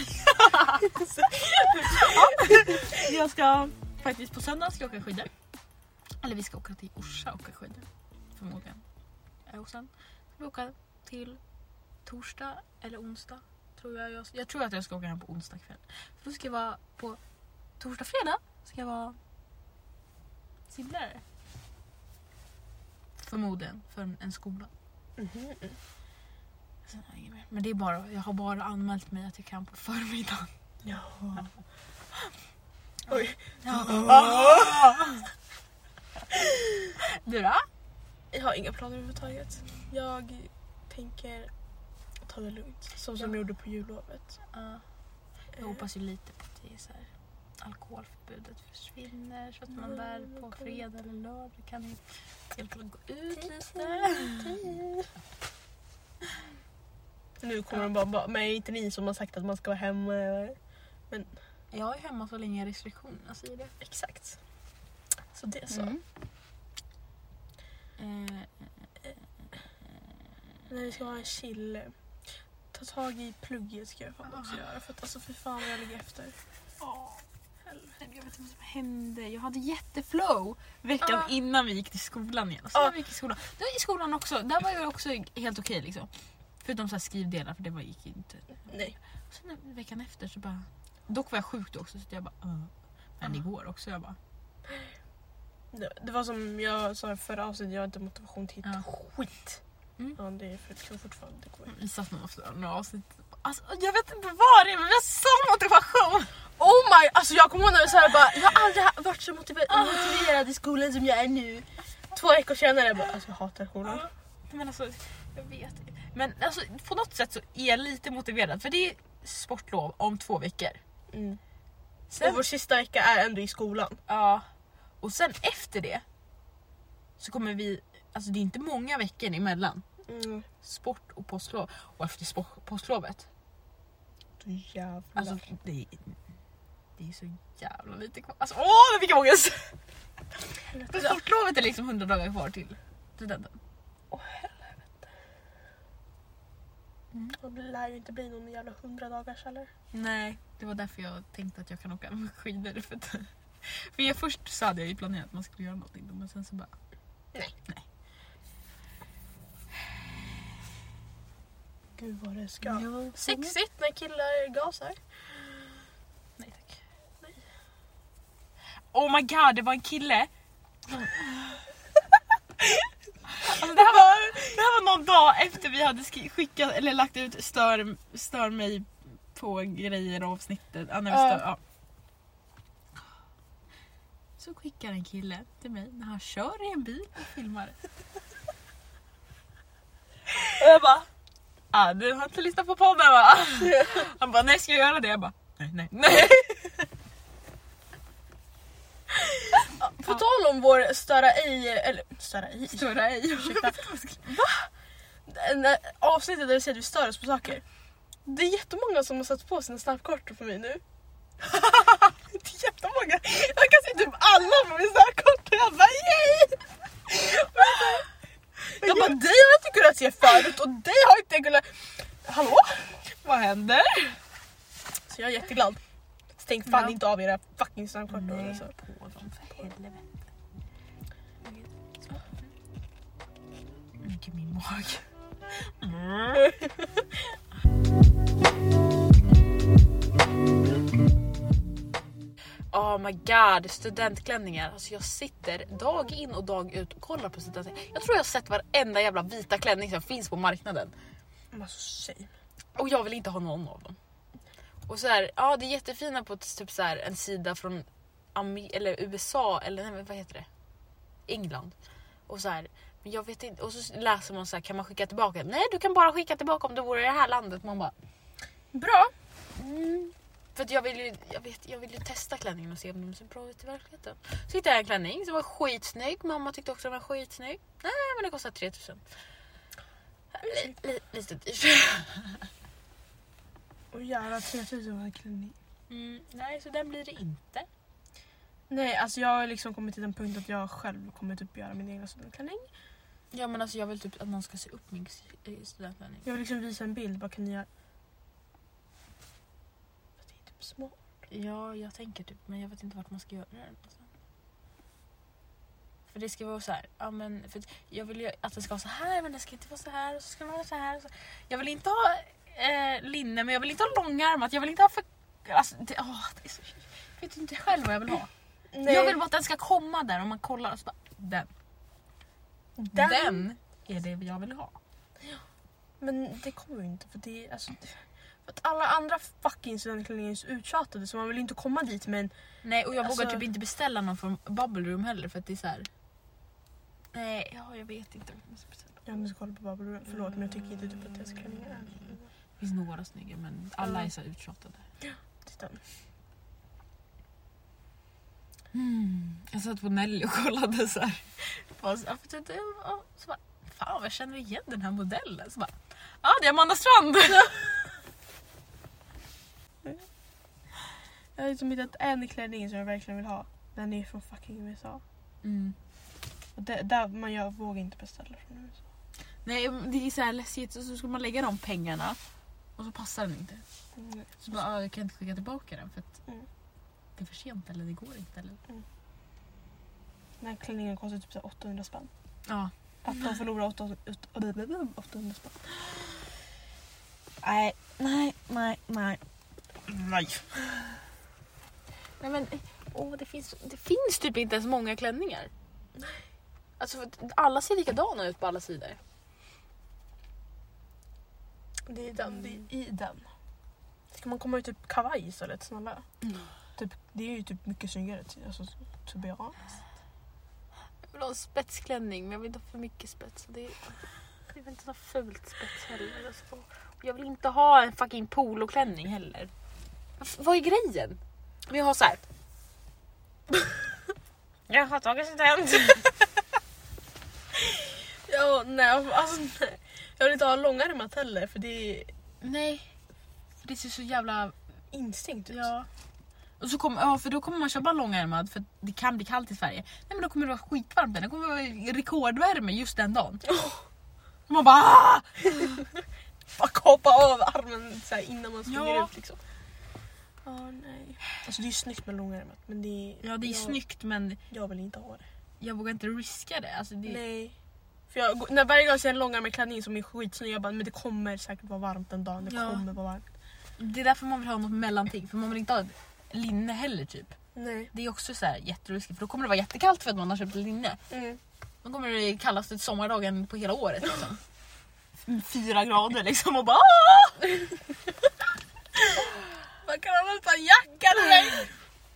Jag ska faktiskt på söndag ska jag åka skidor. Eller vi ska åka till Orsa och åka skidor. Förmodligen. Och sen ska vi åka till torsdag eller onsdag. Tror jag, jag, jag tror att jag ska åka hem på onsdag kväll. För då ska jag vara på torsdag, fredag. Ska jag vara simlärare. Förmodligen för en skola. Mm-hmm. Sen har jag inget mer. Men det är bara, jag har bara anmält mig att jag kan på förmiddagen. Ja. Oj. Du då? Jag har inga planer överhuvudtaget. Jag tänker ta det lugnt. Som som jag gjorde på jullovet. Uh, jag hoppas ju lite på att det är så här, alkoholförbudet försvinner. Så att man där på fredag eller lördag kan ju helt gå ut lite. Nu kommer de bara, bara, men är inte ni som har sagt att man ska vara hemma? Men Jag är hemma så länge restriktionerna säger det. exakt. Så det är så. Mm. Eh, När vi ska ha en chill, ta tag i plugget ska jag fan också göra. För att alltså för fan vad jag ligger efter. åh, helvete, jag vet inte vad som hände. Jag hade jätteflow veckan Ah. innan vi gick till skolan igen. Och så Ah. när vi gick i skolan. Då i skolan också, där var jag också helt okej liksom. Förutom så här skrivdelar, för det var, gick inte. Nej. Och sen veckan efter så bara... Dock var jag sjuk då också, så jag bara... Uh. Men igår också, jag bara... Det, det var som jag sa i förra avsnittet, jag har inte motivation till ett Ja. skit. Mm. Ja, det är för att jag fortfarande det går. Vi satt med oss några avsnitt. Alltså, jag vet inte vad det är, men vi har sån motivation! Oh my, alltså jag kommer ihåg när jag så här bara, jag har aldrig varit så motiverad, motiverad i skolan som jag är nu. Två veckor senare jag bara, alltså jag hatar skolan. Men alltså, jag vet inte. Men alltså, på något sätt så är jag lite motiverad. För det är sportlov om två veckor. Mm. Sen, Och vår sista vecka är ändå i skolan. ja, och sen efter det så kommer vi... Alltså det är inte många veckor emellan. Mm. Sport och påsklov. Och efter sport, påsklovet. Så jävla. Alltså det, det är så jävla lite kvar. Alltså åh, det fick jag ångest! För sportlovet är liksom hundra dagar kvar till studenten. Åh helvete. Mm. Det lär ju inte bli någon jävla hundra dagars eller? Nej, det var därför jag tänkte att jag kan åka skidor. För, att, för jag först så hade jag ju planerat att man skulle göra någonting då, men sen så bara... Nej. Nej. Gud vad det ska. Ja, Sexigt när killar gasar. Nej tack. Nej. Oh my god, det var en kille. Alltså, det, här var, det här var någon dag efter vi hade skri- skickat eller lagt ut stör, stör mig på grejer avsnittet. Ah, när vi stör, ja. Så skickar en kille till mig när han kör i en bil och filmar. Och jag bara, ah, du har inte lyssnat på podden va? Han bara, nej ska jag göra det? Jag bara, nej, nej, nej. På tal om vår störa ej, eller störa ej, Störa ej. ursäkta. Va? Avsnittet där vi säger att vi stör oss på saker. Det är jättemånga som har satt på sina snabbkartor för mig nu. Det är jättemånga. Jag kan se typ alla på min snabbkartor. Jag bara, yay! Jag bara, dig har jag inte kunnat se förut och dig har jag inte kunnat... Hallå? Vad händer? Så jag är jätteglad. Stäng fan Ja. inte av era fucking snabbkartor. Nej, Alltså. på dem för helvete. Mycket min mag. Oh my god, studentklänningar. Alltså jag sitter dag in och dag ut och kollar på studentklänningar. Jag tror jag har sett varenda jävla vita klänning som finns på marknaden. Alltså, säg. Och jag vill inte ha någon av dem. Och så här, ja det är jättefina på typ så här en sida från Am- eller U S A eller nej, vad heter det? England. Och så här, men jag vet inte, och så läser man så här, kan man skicka tillbaka? Nej, du kan bara skicka tillbaka om du vore i det här landet. Man bara Bra. mm. För att jag vill ju jag vet jag vill ju testa klänningen och se om de ser bra ut i verkligheten. Så hittade jag en klänning som var skitsnygg. Mamma tyckte också den var skitsnygg. Nej, men det kostar tre tusen. Li- li- lite dyrt. Och jävla tre tusen var en klänning. Mm, nej, så den blir det inte. Nej, alltså jag har liksom kommit till den punkt att jag själv kommer typ göra min egen studentklänning. Ja, men alltså jag vill typ att någon ska se upp min studentklänning. Jag vill liksom visa en bild, vad kan ni göra? Det är typ smart. Ja, jag tänker typ, men jag vet inte vart man ska göra den. Alltså. För det ska vara så här, ja men för jag vill ju att det ska vara så här, men det ska inte vara så här och så ska det vara så här. Och så. Jag vill inte ha eh, linne, men jag vill inte ha långärmat. Jag vill inte ha för alltså det, åh, det är så, jag vet inte själv vad jag vill ha. Nej. Jag vill bara att den ska komma där och man kollar och så bara den. Den? Den är det jag vill ha. Men det kommer ju inte, för det är alltså, för att alla andra fucking studentklänningar är så uttjatade så man vill inte komma dit, men nej, och jag alltså, vågar typ inte beställa någon från Bubble Room heller för att det är så här. Nej, ja, jag vet inte vad jag ska beställa. jag måste kolla på Bubble Room. Förlåt, men jag tycker inte typ att deras klänningar är. Det finns några snygga, men alla är så uttjatade. Titta. Mm. Jag satt på Nelly och kollade så här. Och så, så bara, fan, jag känner igen den här modellen. Så bara, ja, det är Amanda Strand. Jag har liksom hittat en klänning som jag verkligen vill ha. Den är från fucking U S A. Mm. Och det, där man jag vågar inte beställa från U S A. Nej, det är så här läskigt. Så ska man lägga de pengarna och så passar den inte. Mm. Så bara, ah, jag kan inte skicka tillbaka den för att Mm. det är för sent eller det går inte. Eller? Den här klänningen kostar typ så här åttahundra spänn. Ja. Att de förlorar åttahundra spänn. Nej, nej, nej, nej. Nej. Nej men, åh, det finns, det finns typ inte ens många klänningar. Alltså, för att alla ser likadana ut på alla sidor. Det är den, det är i den. Ska man komma ut typ kavaj istället, snälla? Mm. Typ, det är ju typ mycket snyggare. Alltså, to be honest. Jag vill ha en spetsklänning, men jag vill inte ha för mycket spets. Det är, jag vill inte ha fult spets heller. Alltså. Jag vill inte ha en fucking poloklänning heller. Vad, vad är grejen? Vi har så här. Jag har tagit student. Ja, nej, alltså nej. Jag vill inte ha långärmat heller, för det är Nej, för det ser så jävla... instinkt ut. Ja. Och så kommer, ja, för då kommer man köpa långärmad för det kan bli kallt i Sverige. Nej, men då kommer det vara skitvarmt. Det kommer vara rekordvärme just den dagen. Oh. Man bara... Ah! Bara kapa av armen så här, innan man springer Ja. ut liksom. Ja, oh, nej. Alltså det är ju snyggt med långärmat, men det är... Ja, det är jag, snyggt, men Jag vill inte ha det. jag vågar inte riska det. Alltså, det... Nej. För jag, när varje gång jag ser en långärmad klänning som är skitsnygg, jag bara, men det kommer säkert vara varmt den dagen. Det Ja. kommer vara varmt. Det är därför man vill ha något mellanting. För man vill inte ha ett linne heller typ. Nej. Det är också så här jätteriskigt. För då kommer det vara jättekallt för att man har köpt linne. Mm. Då kommer det kallaste sommardagen på hela året liksom. Fyra grader liksom och bara... Man kan ha väl ta en jacka eller?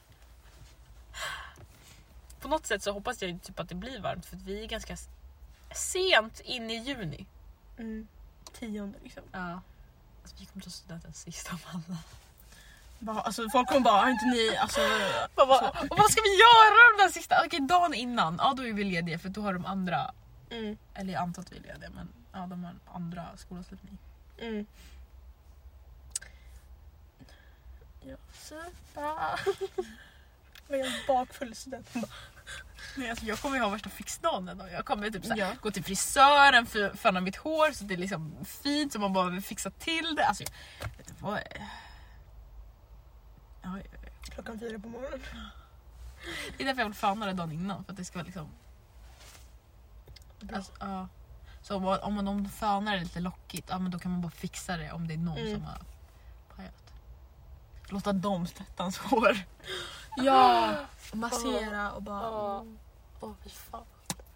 På något sätt så hoppas jag typ att det blir varmt. För att vi är ganska sent in i juni. Mm. Tionde liksom. Ja. Alltså, vi kommer ta studenten sist av alla. Bara, alltså, folk kommer bara, har inte ni... Alltså, Bara, och vad ska vi göra den där sista? Okej, dagen innan. Ja, då är vi lediga för då har de andra... mm. Eller jag antar att vi är lediga, men ja, de har andra skolavslutning. Mm. Ja, supa. Jag är helt bakfull studenten. Nej, alltså, jag kommer ju ha värsta fixdagen då. Jag kommer typ såhär, Ja. gå till frisören för för mitt hår så det är liksom fint så man bara vill fixa till det. Alltså, jag vet inte vad... Ja, Klockan fyra på morgonen. det är därför jag vill fana det dagen innan för att det ska vara liksom... Bra. Alltså, ja. Så om man, om man om fönar det lite lockigt, ja, men då kan man bara fixa det om det är någon Mm. som har pajat. Låta dem tvätta hans hår. Ja, Och massera och bara... Ja. Åh, fy fan.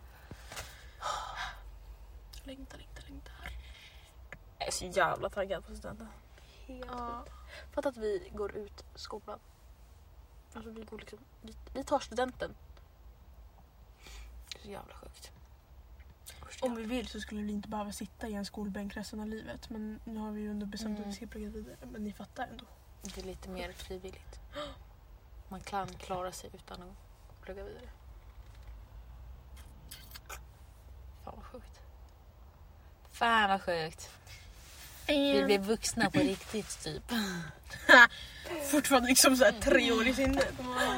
längtar, längtar, längtar. Jag är så jävla taggad på studenten. Helt Ja. sjukt. Fatta att vi går ut skolan. Alltså vi går liksom, vi, vi tar studenten. Det är så jävla sjukt. Om vi vill så skulle vi inte behöva sitta i en skolbänk resten av livet. Men nu har vi ju ändå bestämt Mm. att vi ska plugga vidare. Men ni fattar ändå. Det är lite mer frivilligt. Man kan klara sig utan att plugga vidare. Fan vad sjukt. Fan vad sjukt. Vi blev vuxna på riktigt typ. Fortfarande liksom såhär tre år i sinnet.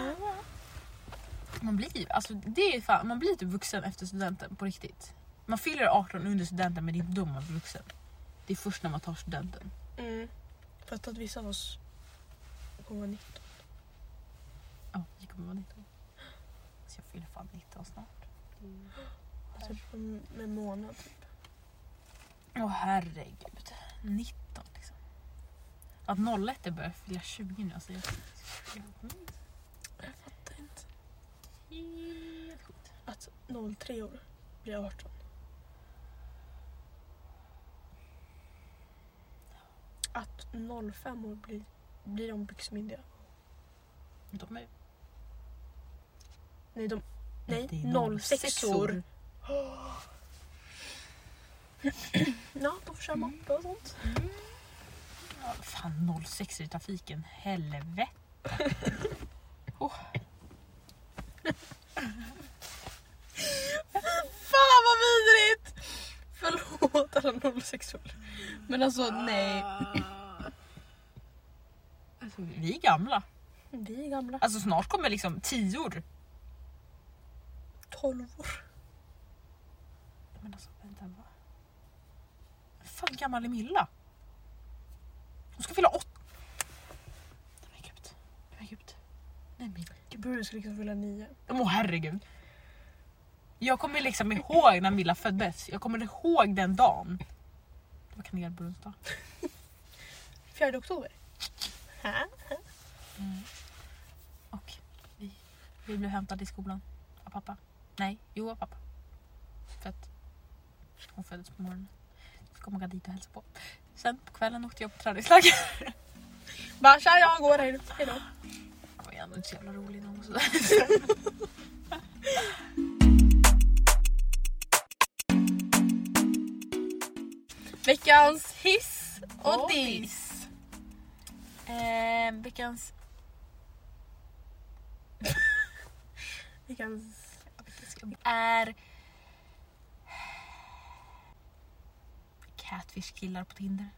Man blir, alltså det är fan, man blir typ vuxen efter studenten på riktigt. Man fyller arton under studenten men det är inte dum att vara vuxen. Det är först när man tar studenten. Mm. Fast att vissa av oss kommer vara nitton. Ja, jag kommer vara nitton. Så jag fyller fan nitton snart. Mm. Typ om en månad typ. Åh herregud. nitton liksom. Att noll ett börjar fylla tjugo nu. Alltså jag... Jag fattar inte. Helt sjukt. Att noll tre år blir arton. Att noll fem år blir, blir de byxmyndiga. De är... Nej, de... Nej, det är noll sex år. Ja, de får köra moppe och sånt. Ja, fan noll sex i trafiken. Helvete. Oh. Fan vad vidrigt! Förlåt alla noll sex år. Men alltså nej. Alltså, vi är gamla. Vi är gamla. Alltså snart kommer liksom tior. tolv år. Men alltså vänta, vad? Fan gammal är Milla? Hon ska fylla åtta. Nej men gud. Nej men gud. Nej men Gud, bror, jag ska liksom fylla nio. Åh herregud. Jag kommer liksom ihåg när Milla föddes. Jag kommer ihåg den dagen. Det var kanelbullens dag. fjärde oktober. Hä? Mm. Och vi, vi blev hämtade i skolan av pappa. Nej, jo av pappa. För att hon föddes på morgonen. Så kom jag dit och hälsa på. Sen på kvällen åkte jag på träningsläger. Bara tja, jag går här. Hejdå. Det var ändå inte så jävla roligt någon sådär. Veckans hiss och Och diss. Eh, veckans... Veckans... är... Catfish-killar på Tinder.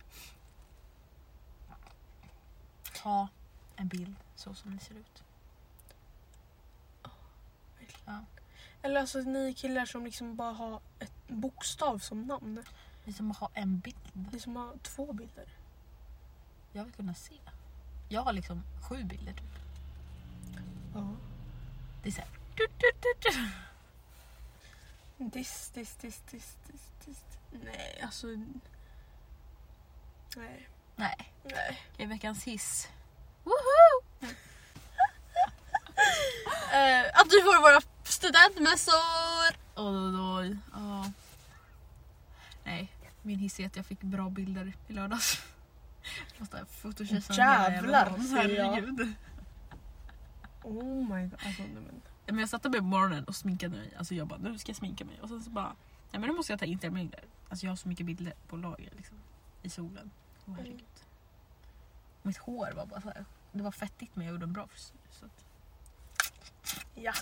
Ta en bild så som det ser ut. Ja. Eller alltså ni killar som liksom bara har ett bokstav som namn. Ni som har en bild. Ni som har två bilder. Jag vill kunna se. Jag har liksom sju bilder typ. Ja. Det är så här. Du, du, du, du. Diss, diss, diss, diss, diss, diss. Nej, alltså... Nej. Nej. Nej. Det är veckans hiss. Woho! uh, att vi får våra studentmässor! Oj, oj, oj. Nej, min hiss är att jag fick bra bilder i lördags. Jag måste photoshoota Jävlar, ser jag. herregud. Oh my god. Alltså, nej, men. Men jag satte mig på morgonen och sminkade mig. Alltså jag bara, nu ska jag sminka mig. Och sen så bara, nej men nu måste jag ta Instagram-bilder. Alltså jag har så mycket bilder på lager liksom. I solen. Åh herregud. Mm. Mitt hår var bara så här. Det var fettigt men jag gjorde en bra frisyr. Så att... Ja.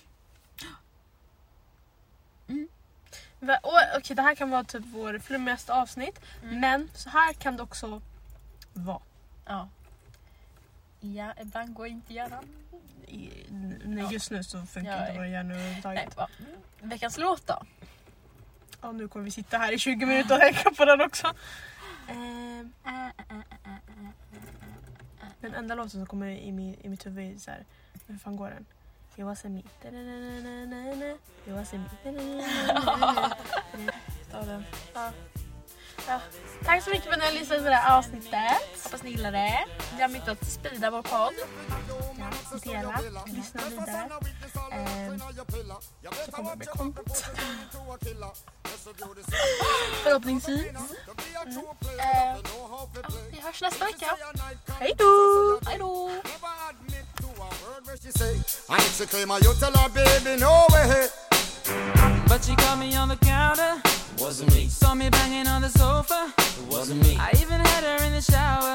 Mm. Va- och, okej, det här kan vara typ vår flummigaste avsnitt. Mm. Men så här kan det också vara. Ja. Ja, ibland går inte hjärnan. I, nej, Ja. just nu så funkar Ja, inte våra hjärnor Nej, överhuvudtaget. va. Veckans låt då? Ja, nu kommer vi sitta här i tjugo minuter och tänka på den också. Ehm, den enda låten som kommer i, min, i mitt huvud är så här. Hur fan går den? Yosemite. Yosemite. av den. Ja. Ja. Tack så mycket för att ni har lyssnat på det här avsnittet. Hoppas ni gillar det. Glöm inte att sprida vår podd. Ja, Dela, lyssna vidare. Ehm, så kommer det bli content. Förhoppningsvis. Mm. Ehm, ja, vi hörs nästa vecka. Hej då! hej då! But she caught me on the counter. Wasn't me. Saw me banging on the sofa. It wasn't me. I even had her in the shower.